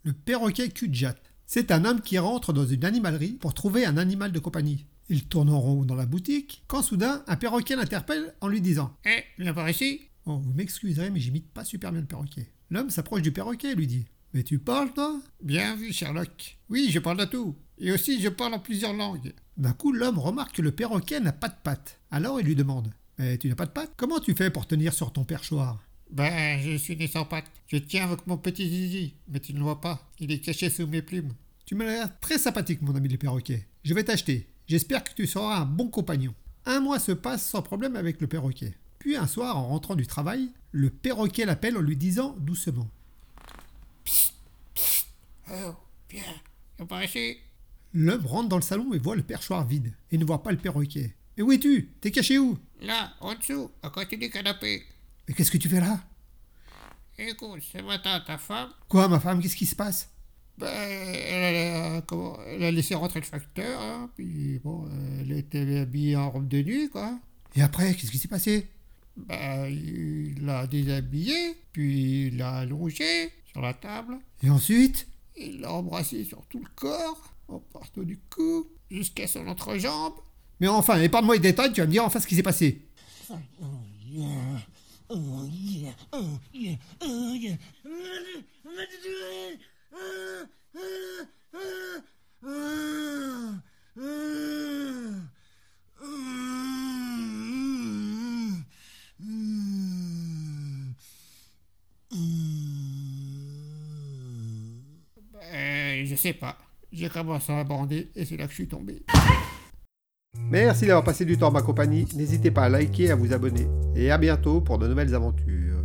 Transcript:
le perroquet Cudjat. C'est un homme qui rentre dans une animalerie pour trouver un animal de compagnie. Il tourne en rond dans la boutique, quand soudain, un perroquet l'interpelle en lui disant « Eh, viens par ici !» Oh, vous m'excuserez, mais j'imite pas super bien le perroquet. L'homme s'approche du perroquet et lui dit « Mais tu parles, toi ?» Bien vu, Sherlock. Oui, je parle de tout. Et aussi, je parle en plusieurs langues. D'un coup, l'homme remarque que le perroquet n'a pas de pattes. Alors il lui demande « Mais tu n'as pas de pattes ? Comment tu fais pour tenir sur ton perchoir ?» Ben, je suis né sans pattes. Je tiens avec mon petit zizi, mais tu ne le vois pas. Il est caché sous mes plumes. Tu m'as l'air très sympathique, mon ami le perroquet. Je vais t'acheter. J'espère que tu seras un bon compagnon. Un mois se passe sans problème avec le perroquet. Puis un soir, en rentrant du travail, le perroquet l'appelle en lui disant doucement « Psst, psst. Oh, viens par ici. » L'homme rentre dans le salon et voit le perchoir vide, et ne voit pas le perroquet. « Mais où es-tu ? T'es caché où ?»« Là, en dessous, à côté du canapé. » »« Mais qu'est-ce que tu fais là ?»« Écoute, ce matin, ta femme... » »« Quoi, ma femme, qu'est-ce qui se passe ?»« Ben, elle a laissé rentrer le facteur, hein, puis bon, elle était habillée en robe de nuit, quoi. » »« Et après, qu'est-ce qui s'est passé ?»« Ben, il l'a déshabillé, puis il l'a allongé sur la table. » »« Et ensuite ?»« Il l'a embrassé sur tout le corps, en partant du cou, jusqu'à son entrejambe. » »« Mais enfin, épargne-moi les détails, tu vas me dire enfin ce qui s'est passé. » Ben, je sais pas. J'ai commencé à bander et c'est là que je suis tombé. Merci d'avoir passé du temps en ma compagnie. N'hésitez pas à liker et à vous abonner. Et à bientôt pour de nouvelles aventures.